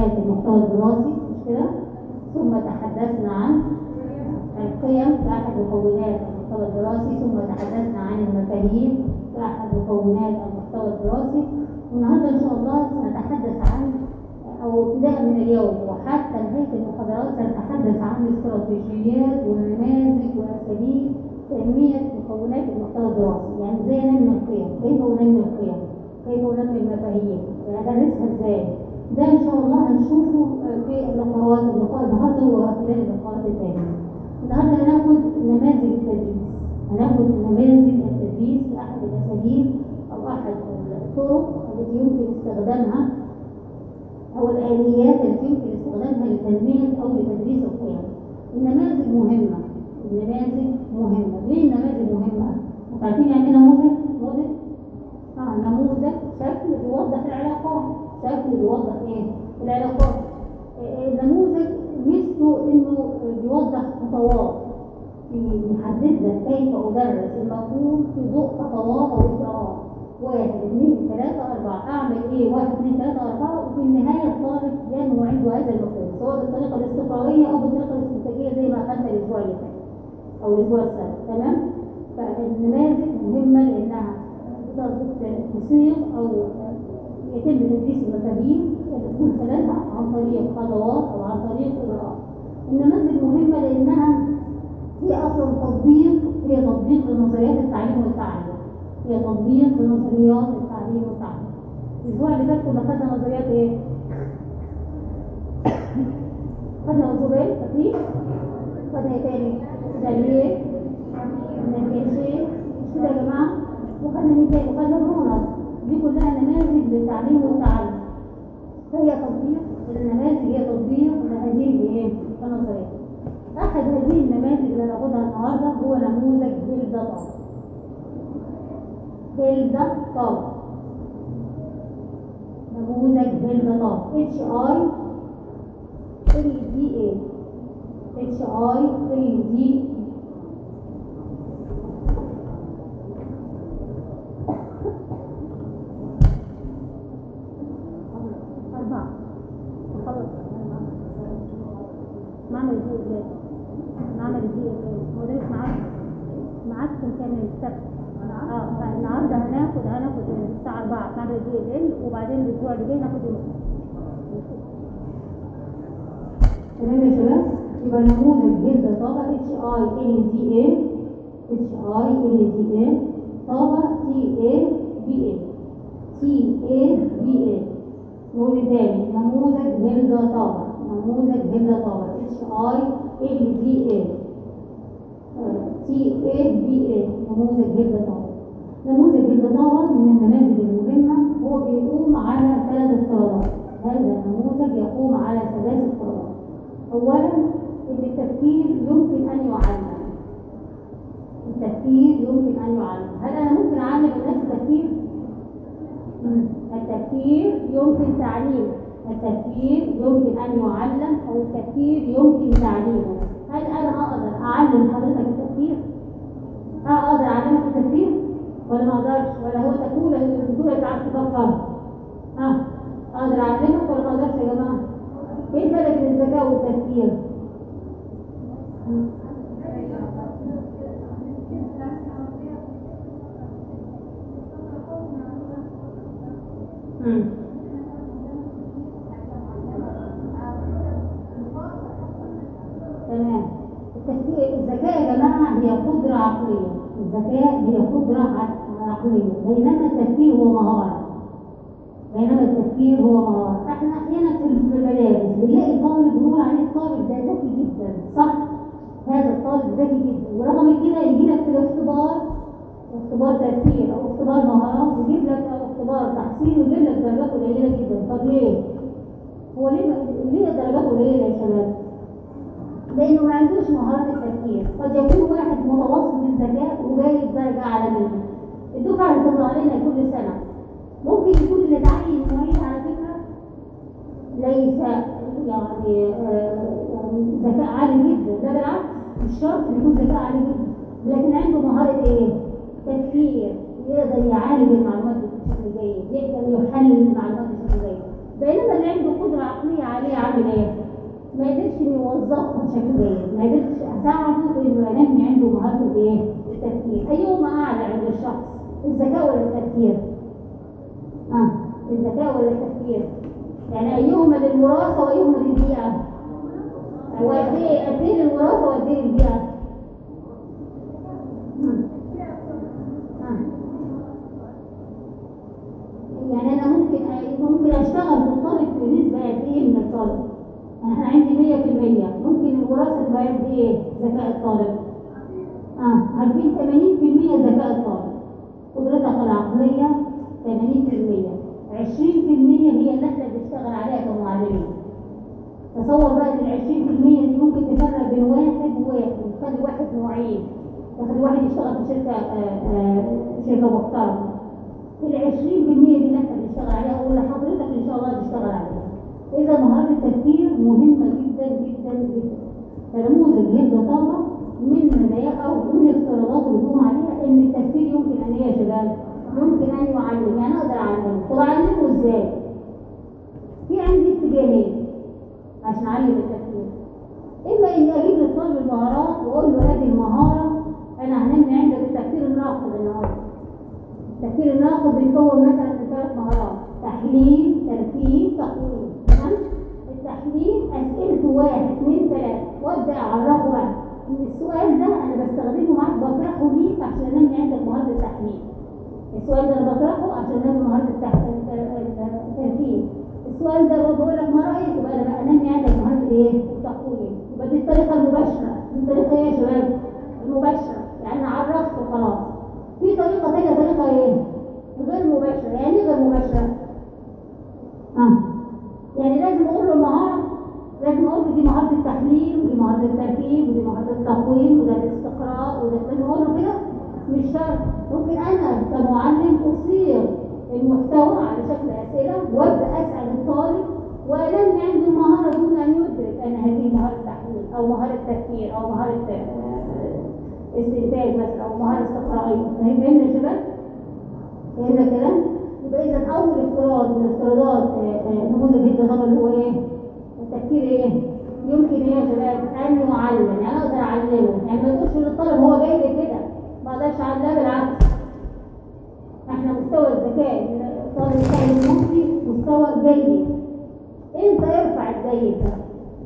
مكونات المحتوى الدراسي مش كده؟ ثم تحدثنا عن القيم كأحد مكونات المحتوى الدراسي، ثم تحدثنا عن المفاهيم كأحد مكونات المحتوى الدراسي. والنهارده إن شاء الله سنتحدث عن أو ابتداء من اليوم وحتى نهاية المحاضرات سنتحدث عن الاستراتيجيات والنماذج وأساليب تنمية مكونات المحتوى الدراسي. يعني ازاي ننمي القيم، كيف ننمي القيم، كيف ننمي المفاهيم، ندرسها ازاي. ده ان شاء الله هنشوفه في اللقاءات النهارده وخلال اللقاءات التانية. النهارده هناخد نماذج التدريس، هناخد نماذج التدريس احد الاساليب او احد الطرق التي يمكن استخدامها او الاليات التي يمكن استخدامها لتنميه او لتدريس القيم. النماذج مهمه، النماذج مهمه. ليه النماذج مهمه؟ انتوا عارفين يعني ايه نموذج؟ نموذج شكل بيوضح العلاقات، شكل بيوضح ايه؟ العلاقات. النموذج مثله انه بيوضح خطوات، بيحدد لك كيف ادرس المفهوم في ضوء خطوات او اجراءات 1 2 3 4 اعمل ايه 1 2 3 4 وفي النهايه الطالب ينمو عنده هذا المفهوم سواء بالطريقه الاستقراريه او بالطريقه الاستنتاجيه زي ما اخذنا الاسبوع اللي فات او الاسبوع السابق. تمام؟ فالنماذج مهمه لانها تصيغ او يتم تدريس المفاهيم من خلالها عن طريق خطوات او عن طريق اجراءات. النماذج مهمه لانها هي اصلا تطبيق، هي تطبيق لنظريات التعليم والتعليم، هي تطبيق لنظريات التعليم والتعليم. الاسبوع اللي فات كنا خدنا نظريات ايه؟ خدنا أصولين تقريبا، خدنا ايه تاني؟ دليل، نكاشي، مش كده يا جماعه؟ وخدنا مين تاني؟ وخدنا برونر. دي كلها نماذج للتعليم والتعلم. فهي تطبيق، النماذج هي تطبيق لهذه الايه؟ النظريات. احد هذه النماذج اللي هناخدها النهارده هو نموذج هيلدا طاب. هيلدا طاب، نموذج هيلدا طاب HILDA HILDA. معمل الدي مدرس معاكم كان السبت. فالنهارده هناخد الساعه 4 معمل الدي وبعدين الاسبوع اللي جاي ناخد تمام يا شباب. يبقى نموذج هيلدا طابة HILDA طابة TABA. نقول تاني نموذج هيلدا طابة، نموذج هيلدا طابة HILDA TABA. نموذج هيلدا طابة. نموذج هيلدا طابة من النماذج المهمة، هو بيقوم على 3 افتراضات. هذا النموذج يقوم على 3 افتراضات. اولا ان التفكير يمكن ان يعلم. التفكير يمكن ان يعلم. هل انا ممكن اعلم الناس التفكير؟ التفكير يمكن تعليمه، التفكير يمكن ان يعلم او التفكير يمكن تعليمه. هل انا اقدر اعلم حضرتك التفكير؟ اقدر اعلمك التفكير ولا ما اقدرش؟ ولا هو تقول الدكتور تعرف تفكر؟ اقدر اعلمك ولا ما اقدرش يا جماعه؟ ايه الفرق بين الذكاء والتفكير؟ تمام. الذكاء يا جماعه هي قدره عقليه، الذكاء هي قدره عقليه، بينما التفكير هو مهاره. احنا احيانا في المدارس بنلاقي طالب بنقول عليه الطالب ده ذكي جدا، صح؟ هذا الطالب ذكي جدا، ورغم كده يجي لك في الاختبار، اختبار تفكير او اختبار مهارات، يجيب لك او اختبار تحصيل ويجيب لك درجات قليله جدا. طب ليه؟ هو ليه درجات قليله يا شباب؟ لانه ما عندوش مهارات التفكير. قد يكون واحد متوسط الذكاء وجايب درجه اعلى منه. الدفعه اللي بتطلع لنا كل سنه ممكن يكون اللي تعين معيد على فكره ليس يعني ذكاء عالي جدا، ده بالعكس مش شرط يكون ذكاء عالي جدا، لكن عنده مهاره ايه؟ تفكير، يقدر يعالج المعلومات بشكل جيد، يقدر يحلل المعلومات بشكل جيد. بينما اللي عنده قدره عقليه عاليه ايه؟ ما قدرش يوظفها بشكل جيد، ما قدرش اساعده انه ينمي عنده مهارة الايه؟ التفكير. ايهما اعلى عند الشخص؟ الذكاء ولا التفكير؟ الذكاء ولا التفكير؟ يعني ايهما للوراثة وايهما للبيئة؟ وقد ايه للوراثة وقد ايه للبيئة؟ يعني انا ممكن اشتغل بالطالب بنسبة قد ايه من الطالب؟ انا عندي 100%، ممكن الوراثة تبقى قد ايه ذكاء الطالب؟ 80% ذكاء الطالب، قدرتك العقلية 80%، 20% هي اللي احنا بنشتغل عليها كمعلمين. تصور بقى ال 20% دي ممكن تفرق بين واحد وواحد، تخلي واحد معين، تخلي واحد يشتغل في شركة محترمة. ال 20% دي اللي احنا بنشتغل عليها واللي حضرتك ان شاء الله تشتغل عليها. إذا مهارة التفكير مهمة جدا جدا جدا. فنموذج هند طبعا من مزاياه أو من افتراضات اللي بنقوم عليها إن التفكير يمكن أن يا شباب يمكن أن يعلم، يعني أقدر أعلمه. طب أعلمه إزاي؟ في عندي اتجاهين عشان أعلم التفكير. إما إني أجيب للطالب المهارات وأقول له هذه المهارة أنا هنمي عندك التفكير الناقد النهارده. التفكير الناقد بيتكون مثلا من 3 مهارات: تحليل، تركيب، تقويم. تمام؟ التحليل أسئلته 1 2 3 وأبدأ أعرفه بقى إن السؤال ده أنا بستخدمه معاك، بطرحه ليك عشان أنمي عندك مهارة التحليل. السؤال ده أنا بطرحه عشان أنمي مهارة التركيب. السؤال ده بقول لك ما رأيك؟ يبقى أنا بقى أنمي عندك مهارة إيه؟ التقويم. يبقى دي الطريقة المباشرة. الطريقة إيه يا شباب؟ المباشرة، يعني عرفته خلاص. في طريقة تانية، طريقة ايه؟ غير مباشرة. يعني ايه غير مباشرة؟ يعني لازم اقول له المهارة، لازم اقول له دي مهارة التحليل ودي مهارة التركيب ودي مهارة التقويم وده الاستقراء وده، لازم اقول له كده؟ مش شرط. ممكن انا كمعلم اصيغ المحتوى على شكل اسئلة وابدا اسال الطالب وانمي عنده المهارة دون ان يدرك ان هذه مهارة تحليل او مهارة تفكير او مهارة استنتاج مثلا او مهاره استقرائيه. فهمنا يا شباب؟ فهمنا كلام؟ يبقى اذا اول افتراض من افتراضات نموذج هند طبعا اللي هو ايه؟ التفكير ايه؟ يمكن ايه يا شباب؟ ان يعلم، يعني اقدر اعلمه. يعني ما تقولش للطالب هو جاي لي كده ما اقدرش اعلمه، بالعكس. احنا مستوى الذكاء الطالب بتاعي المصري مستوى جيد. انت ارفع الجيد ده،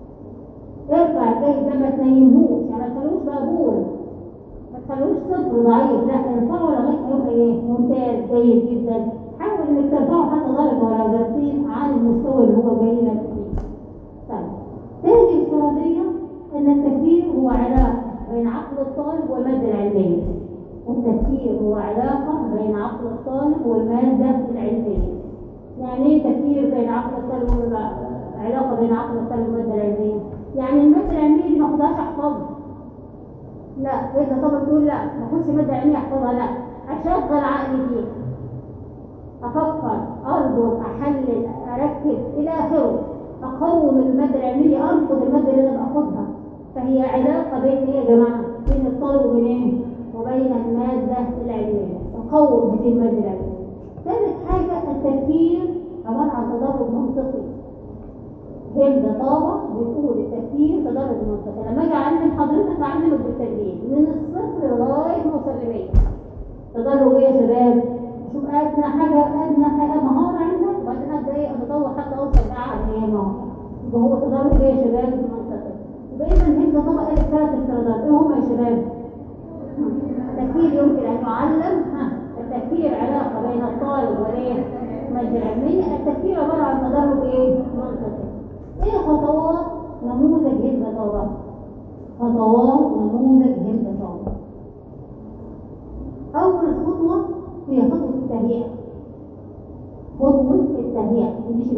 ارفع الجيد ده، ما تنيمهوش، يعني ما تخلوش مقبول، ما تخلوش صفر ضعيف، لا ارفعه لغايه ما يبقى ايه؟ ممتاز جيد جدا. حاول انك ترفعه حتى درجه ولا درجتين عن المستوى اللي هو جاي لك فيه. طيب، تاني افتراضيه ان التفكير هو علاقه بين عقل الطالب والماده العلميه. التفكير هو علاقه بين عقل الطالب والماده العلميه. يعني ايه تفكير بين عقل الطالب علاقه بين عقل الطالب والماده العلميه؟ يعني الماده العلميه دي ما اخدهاش احفظها، لا. انت طبعا تقول لا ما اخدش ماده علميه احفظها، لا. اشغل عقلي فيها، افكر، اربط، احلل، اركب الى اخره، اقوم الماده العلميه، ارفض الماده اللي انا باخدها. فهي علاقه بين ايه يا جماعه؟ بين الطالب وبين ايه؟ وبين الماده العلميه. اقوم هذه الماده العلميه. ثالث حاجه، التفكير عباره عن تدرج منطقي. هند طابة بيقول التفكير تدرج منطقي. لما اجي اعلم حضرتك اعلمك بالتدريج من الصفر لغايه ما اوصل ل100. تدرج ايه يا شباب؟ شوف ادنى حاجه مهاره عندك وبعدين ابدا ايه اتطور حتى اوصل لاعلى هي مهاره. يبقى هو تدرج ايه يا شباب؟ منطقي. يبقى اذا هند طابة قالت 3 افتراضات. ايه هم يا شباب؟ التفكير يمكن ان يعلم. التفكير علاقه بين الطالب والماده العلميه. التفكير عباره عن تدرج ايه؟ منطقي. ايه خطوات نموذج هند طابة؟ خطوات نموذج هند طابة. اول خطوه هي خطوه التهيئه. خطوه التهيئه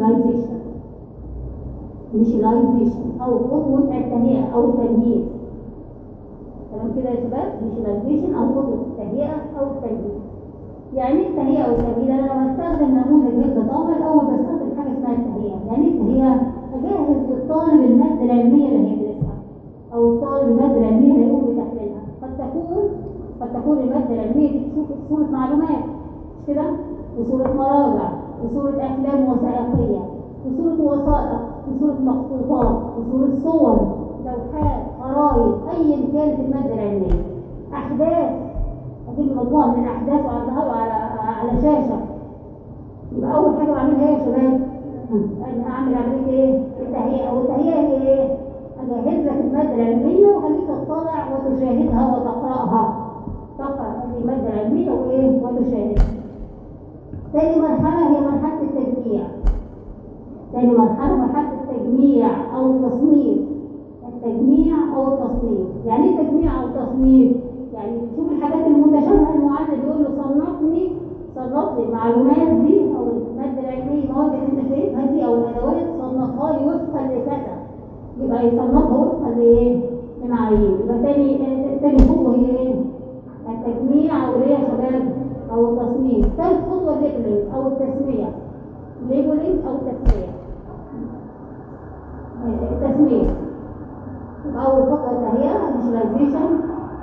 initialization او خطوه التهيئه او التمهيد. تمام كده يا شباب؟ initialization او خطوه التهيئه او التمهيد. يعني ايه التهيئه او التمهيد؟ انا لما بستخدم نموذج هند طابة الاول بستخدم حاجه اسمها التهيئه. يعني ايه التهيئه؟ اجهز للطالب الماده العلميه اللي هيدرسها او الطالب الماده العلميه اللي هيقوم بتحليلها. قد تكون الماده العلميه دي صوره معلومات، مش كده؟ وصوره مراجع، وصوره افلام وثائقيه، وصوره وثائق، وصوره مخطوطات، صورة صور، لوحات، خرائط، أيا كانت المادة العلمية، أحداث، أجيب مجموعة من الأحداث وأظهرها على شاشة. يبقى أول حاجة بعملها إيه يا شباب؟ أنا أعمل عملية إيه؟ التهيئة، والتهيئة هي إيه؟ أجهز لك المادة العلمية وخليك تطلع وتشاهدها وتقرأها. تقرأ هذه المادة العلمية وإيه؟ وتشاهدها. ثاني مرحلة هي مرحلة التجميع. ثاني مرحلة مرحلة التجميع أو التصنيف. التجميع أو التصنيف، يعني إيه تجميع أو تصنيف؟ يعني تشوف الحاجات المتشابهة، المعلم يقول له صنف لي المعلومات دي أو المادة العلمية، المواد اللي أنت شايفها دي أو الأدوات، صنفها لي وفقا لكذا. يبقى يصنفها وفقا لإيه؟ لمعايير. يبقى تاني خطوة هي إيه؟ التجميع أو إيه يا شباب؟ أو التصنيف. ثالث خطوة الليبلينج أو التسمية. ليبلينج أو التسمية. التسمية. أول خطوة التهيئة visualization.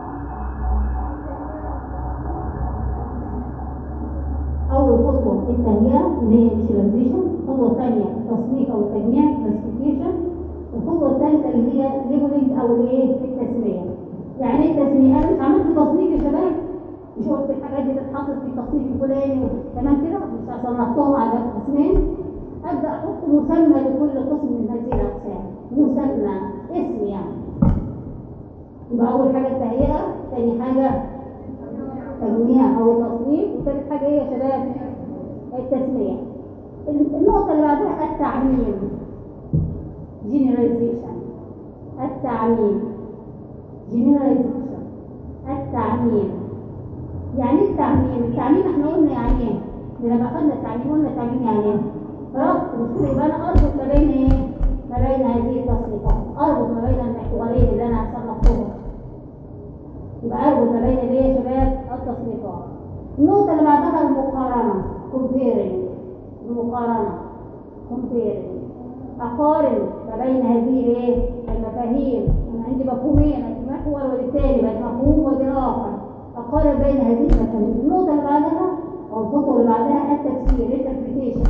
أول خطوة التهيئة اللي هي visualization. الخطوة الثانية التصنيف أو التجميع classification. الخطوة الثالثة اللي هي labeling أو إيه؟ التسمية. يعني إيه التسمية؟ أنا مش عملت تصنيف يا شباب، مش قلت الحاجات دي تتحط في التصنيف الفلاني تمام كده، مش صنفتهم على قسمين. أبدأ أحط مسمى لكل قسم من هذه الأقسام، مسمى اسم يعني. يبقى أول حاجة التهيئة، ثاني حاجة تجميع أو التصنيف، وثالث حاجة إيه يا شباب؟ التسمية. النقطة اللي بعدها التعميم generalization. التعميم generalization. التعميم يعني ايه التعميم؟ التعميم احنا قلنا يعني ايه؟ لما اخذنا التعميم قلنا التعميم يعني ايه؟ ربط. مش كده؟ يبقى انا اربط ما بين ايه؟ ما بين هذه التصنيفات، اربط ما بين المحورين اللي انا صنفتهم. يبقى اربط ما بين ايه يا شباب؟ التصنيفات. النقطة اللي بعدها المقارنة comparing. المقارنة comparing. اقارن ما بين هذه ايه؟ المفاهيم. انا عندي مفهومين، محور والثاني بقى مفهوم ودراسة. أقارن بين هذه المفاهيم. النقطة اللي بعدها أو الخطوة اللي بعدها التفسير interpretation.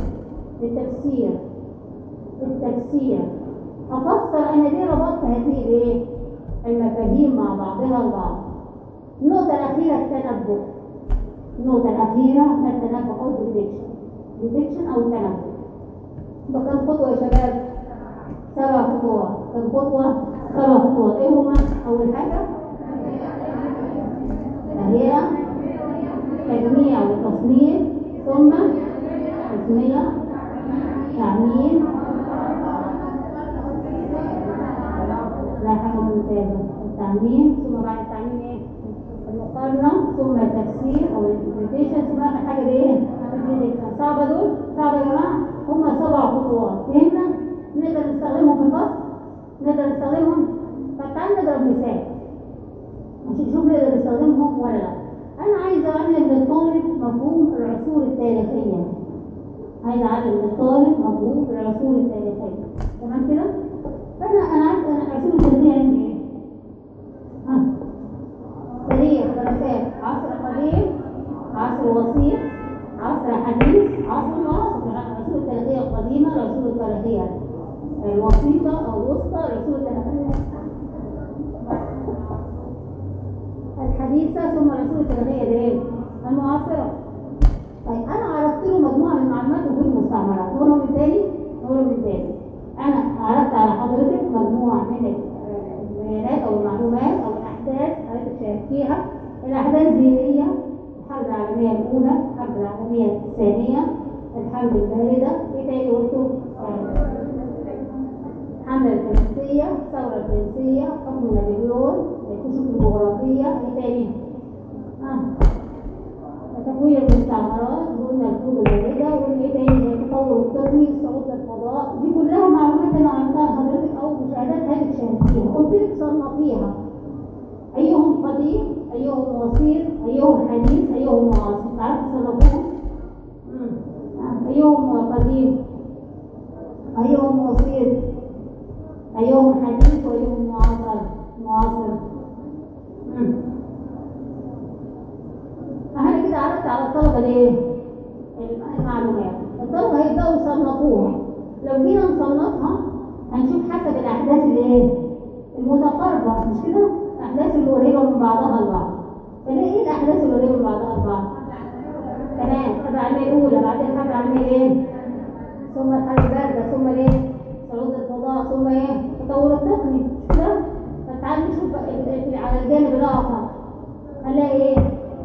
التفسير. أفسر أنا ليه ربطت هذه الإيه؟ المفاهيم مع بعضها البعض. النقطة الأخيرة التنبؤ. النقطة الأخيرة التنبؤ أو prediction أو التنبؤ. يبقى كم خطوة يا شباب؟ 7 خطوات. كم خطوة؟ 7 خطوات. إيه هما؟ أول حاجة هي تجميع وتصنيف، ثم تسمية، تعميم، لا حاجة ممتازة، التعميم، ثم بعد التعميم ايه؟ المقارنة، ثم التفسير او الانتربريتيشن، ثم اخر حاجة ايه؟ صعبة دول؟ صعبة يا جماعة؟ هم 7 خطوات. فهمنا؟ نقدر نستخدمهم في الفصل؟ نقدر نستخدمهم؟ طب تعالى نضرب مثال عشان نشوف نقدر نستخدمهم ولا لا. أنا عايزة أعلم للطالب مفهوم العصور التاريخية. عايزة أعلم للطالب مفهوم العصور التاريخية. تمام كده؟ فأنا عارفة أن العصور التاريخية عندي إيه؟ تاريخ دراسات عصر قديم، عصر وسيط، عصر حديث، عصر معاصر. العصور التاريخية القديمة، العصور التاريخية الوسيطة أو الوسطى، العصور التاريخية الحديثة، ثم العصور التاريخية الايه؟ المعاصرة. طيب أنا عرضت له مجموعة من المعلومات وجود المستعمرات. نقولهم من تاني. أنا عرضت على حضرتك مجموعة من البيانات أو المعلومات أو الأحداث حضرتك شاركتيها. الأحداث دينية، الحرب العالمية الأولى، الحرب العالمية الثانية، الحرب الباردة. إيه تاني قلته؟ الحملة الفرنسية، الثورة الفرنسية، حكم نابليون، الكشوف الجغرافية. ايه تاني؟ تكوين المستعمرات، قلنا الحروب الباردة، وقلنا ايه تاني؟ التطور التقني، الصعود للفضاء. دي كلها معلومات انا عرضتها لحضرتك او مشاهدات حضرتك شاهدتيها. قلت لك صنفيها. ايهم قديم، ايهم وسيط، ايهم حديث، ايهم معاصر. تعرفوا تصنفوهم؟ ايهم قديم، ايهم وسيط، ايهم حديث، وايهم معاصر. انا كده عرفت على الطلبه ليه؟ المعلومات. الطلبه هيبداوا يصنفوها. لو جينا نصنفها هنشوف حسب الاحداث متقاربة مش كده؟ الأحداث اللي قريبة من بعضها البعض. فليه الأحداث اللي قريبة من بعضها البعض؟ تمام. الحرب العالمية الأولى، بعدين الحرب العالمية إيه؟ ثم الحرب الباردة، ثم إيه؟ صعود الفضاء، ثم إيه؟ التطور التقني مش كده؟ فتعالوا نشوف على الجانب الآخر هنلاقي إيه؟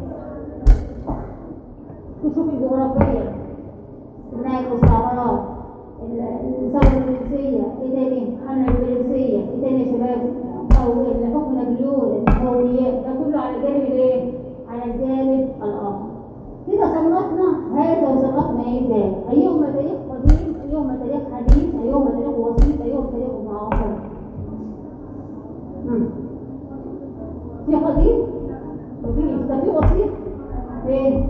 نشوف الجغرافية، بناء المستعمرات، الثورة الفرنسية، إيه تاني؟ الحملة الفرنسية، إيه تاني يا شباب؟ أو حكم نابليون، الهويات، ده كله على الجانب الإيه؟ على الجانب الآخر. كده صنفنا هذا وصنفنا إيه تاني؟ أيهما تاريخ قديم، أيهما تاريخ حديث، أيهما تاريخ وسيط، أيهما تاريخ معاصر. في قديم؟ مفيش. ده في وسيط؟ فين؟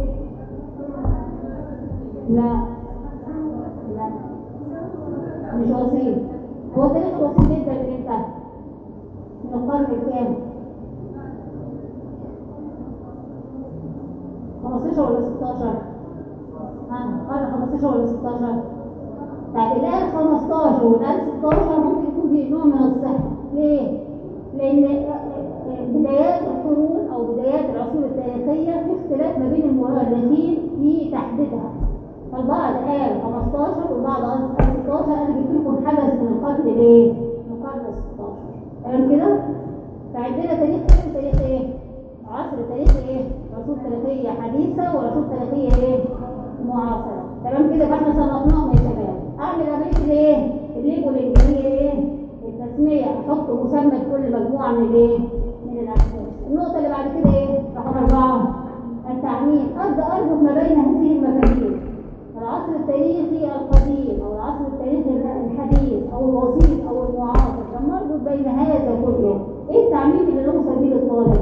لا لا مش وسيط. هو تاريخ وسيط جدا من امتى؟ من القرن الكام؟ 15 ولا 16؟ قرن 15 ولا 16؟ طيب الآن 15 والآن 16 ممكن يكون في نوع من الصحة. ليه؟ لأن بدايات القرون أو بدايات العصور التاريخية في اختلاف ما بين المؤرخين في تحديدها. فالبعض قال 15 والبعض قال 16. أنا جبت لكم حدث من القرن إيه؟ من القرن 16. تمام كده؟ فعندنا تاريخ إيه وتاريخ إيه؟ عصر تاريخي إيه؟ عصور تاريخية حديثة وعصور تاريخية إيه؟ معاصرة. تمام كده؟ فاحنا صنفناهم يا شباب. أعمل عملية الإيه؟ الليبل الإنجليزية إيه؟ التسمية. أحط مسمى لكل مجموعة من الإيه؟ من الأحداث. النقطة اللي بعد كده إيه؟ رقم 4 التعميم. أبدأ أربط ما بين هذه المفاهيم، العصر التاريخي القديم أو العصر التاريخي الحديث أو الوسيط أو المعاصر. لما أربط بين هذا كله، إيه التعميم اللي نوصل بيه للطالب؟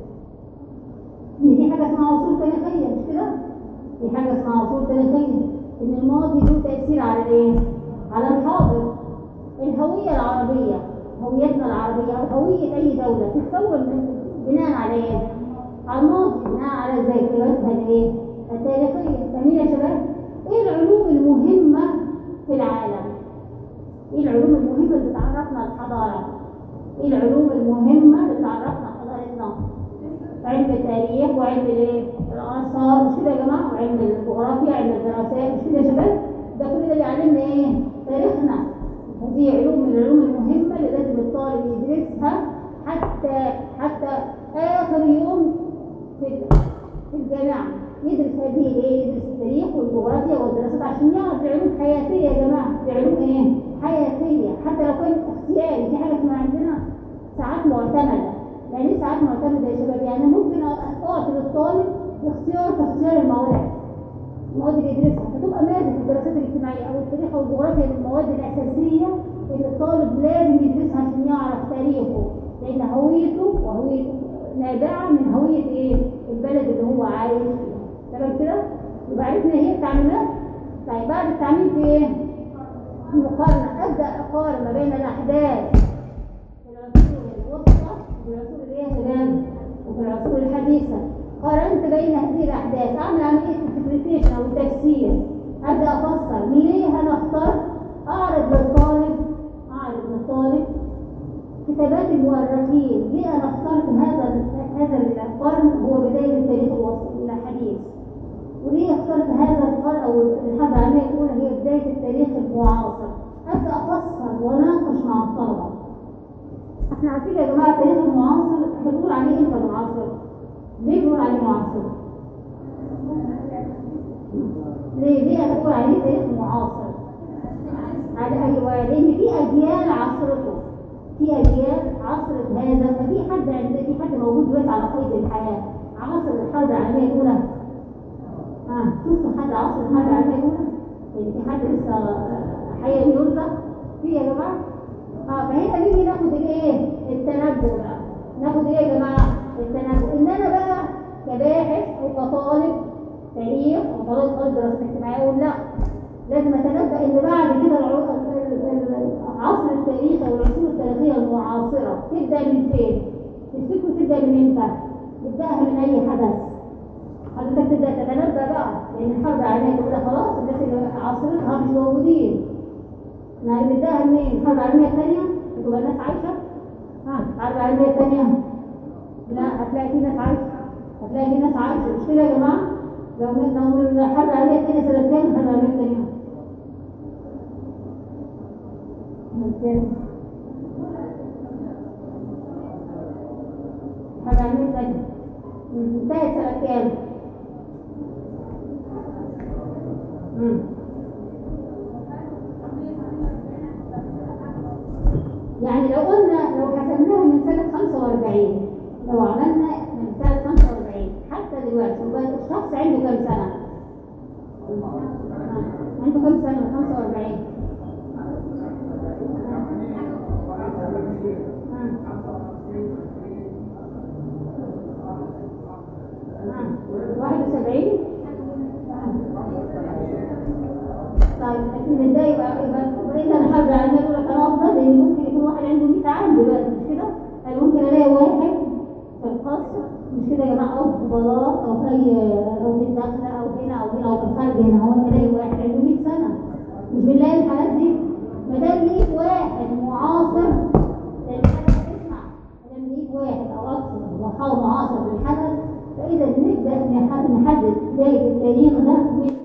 إن في حاجة اسمها عصور تاريخية مش كده؟ في حاجة اسمها عصور تاريخية، إن الماضي له تأثير على الإيه؟ على الحاضر. الهوية العربية، هويتنا العربية أو هوية أي دولة تتكون بناء على إيه؟ على الماضي، بناء على ذاكرتها الإيه؟ التاريخية. فاهمين يا شباب؟ إيه العلوم المهمة في العالم؟ إيه العلوم المهمة اللي تعرفنا الحضارة؟ إيه العلوم المهمة اللي تعرفنا حضارتنا؟ علم التاريخ وعلم الايه؟ الآثار مش كده يا جماعة؟ وعلم الجغرافيا، علم الدراسات مش كده يا شباب؟ ده كل ده بيعلمنا ايه؟ تاريخنا. هذه علوم من العلوم المهمة اللي لازم الطالب يدرسها حتى آخر يوم في الجامعة. يدرس هذه الايه؟ يدرس التاريخ والجغرافيا والدراسات عشان يعرف علوم حياتية يا جماعة. دي علوم ايه؟ حياتية. حتى لو كانت اختياري، في حاجة اسمها عندنا ساعات معتمدة. يعني ايه ساعات معتمدة يا شباب؟ يعني ممكن اعطي للطالب اختيار المواد اللي يدرسها، فتبقى مادة في الدراسات الاجتماعية أو التاريخ أو الجغرافيا من المواد الأساسية اللي الطالب لازم يدرسها عشان يعرف تاريخه، لأن هويته وهويته نابعة من هوية إيه؟ البلد اللي هو عايش فيها. تمام كده؟ يبقى عرفنا هي التعميمات. طيب بعد التعميم في إيه؟ المقارنة. أبدأ أقارن ما بين الأحداث في العصور الوسطى وفي العصور اللي هي شباب وفي العصور الحديثة. قارنت بين هذه الأحداث، أعمل عملية انتربريتيشن أو تفسير. أبدأ أفسر ليه أنا اخترت. أعرض للطالب كتابات المؤرخين. ليه أنا اخترت هذا القرن هو بداية التاريخ الحديث، وليه اخترت هذا القرن أو الحرب العالمية الأولى هي بداية التاريخ المعاصر. أبدأ أفسر وأناقش مع الطلبة. احنا عارفين يا جماعة التاريخ المعاصر بنقول عليه امتى معاصر؟ ليه بنقول عليه معاصر؟ ليه أنا بقول عليه تاريخ معاصر؟ أيوة، لأن في أجيال عصرته، في أجيال عصرت هذا. ففي حد موجود دلوقتي على قيد الحياة عصر الحرب العالمية الأولى. شفتوا حد عصر الحرب العالمية الأولى؟ يعني في حد لسه حي يرزق فيه يا جماعة؟ فهنا نيجي ناخد الايه؟ التنبؤ بقى. ناخد ايه يا جماعة؟ التنبؤ. ان انا بقى كباحث او كطالب تاريخ او طالب دراسات اجتماعية اقول لا، لازم اتنبأ ان بعد كده العصر التاريخي او العصور التاريخية المعاصرة تبدأ من فين؟ تفتكروا تبدأ من امتى؟ تبدأها من اي حدث؟ حضرتك تبدأ تتنبأ بقى، لان الحرب العالمية الأولى خلاص الناس اللي عاصرتها مش موجودين. نبدأها منين؟ الحرب العالمية الثانية تبقى الناس عايشة الحرب العالمية الثانية؟ لا، هتلاقي في ناس عايشة، هتلاقي في ناس عايشة، مش كده يا جماعة؟ لو الحرب العالمية الثانية سنة كام؟ الحرب العالمية الثانية سنة كام؟ الحرب العالمية الثانية انتهت سنة كام؟ يعني لو قلنا، لو حسبناها من سنة 45، لو عملنا من سنة 45 حتى دلوقتي، يبقى الشخص عنده كم سنة؟ عنده كم سنة من 45؟ 71. طيب لكن ازاي يبقى اذا الحرب العالميه الاولى كان افضل؟ لان ممكن يكون واحد عنده 100 عام دلوقتي، مش كده؟ يعني ممكن الاقي واحد في القصر، مش كده يا جماعه، او في البلاط، او في الداخله، او هنا او هنا، او في الخارج هنا، هو الاقي واحد عنده 100 سنه. مش بنلاقي الحالات دي؟ ما دام لقيت واحد معاصر للحدث، اسمع، ما دام لقيت واحد او اكثر وحاول معاصر للحدث، فاذا نبدا نحدد بدايه التاريخ ده من